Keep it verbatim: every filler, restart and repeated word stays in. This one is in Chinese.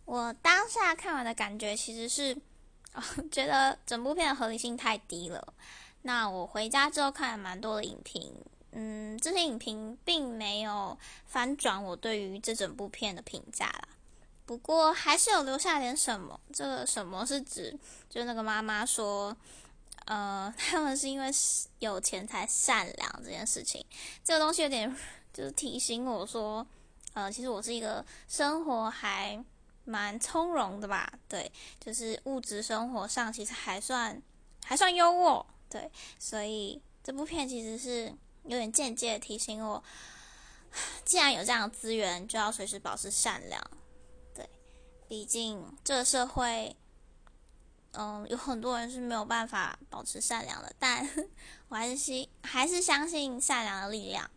我当下看完的感觉其实是，哦、觉得整部片的合理性太低了。那我回家之后看了蛮多的影评，嗯，这些影评并没有翻转我对于这整部片的评价啦。不过还是有留下点什么，这个什么是指，就是那个妈妈说，呃，他们是因为有钱才善良这件事情，这个东西有点就是提醒我说，呃，其实我是一个生活还蛮从容的吧，对，就是物质生活上其实还算还算优渥，对，所以这部片其实是有点间接的提醒我，既然有这样的资源，就要随时保持善良，对，毕竟这个社会嗯，有很多人是没有办法保持善良的，但我还是希还是相信善良的力量。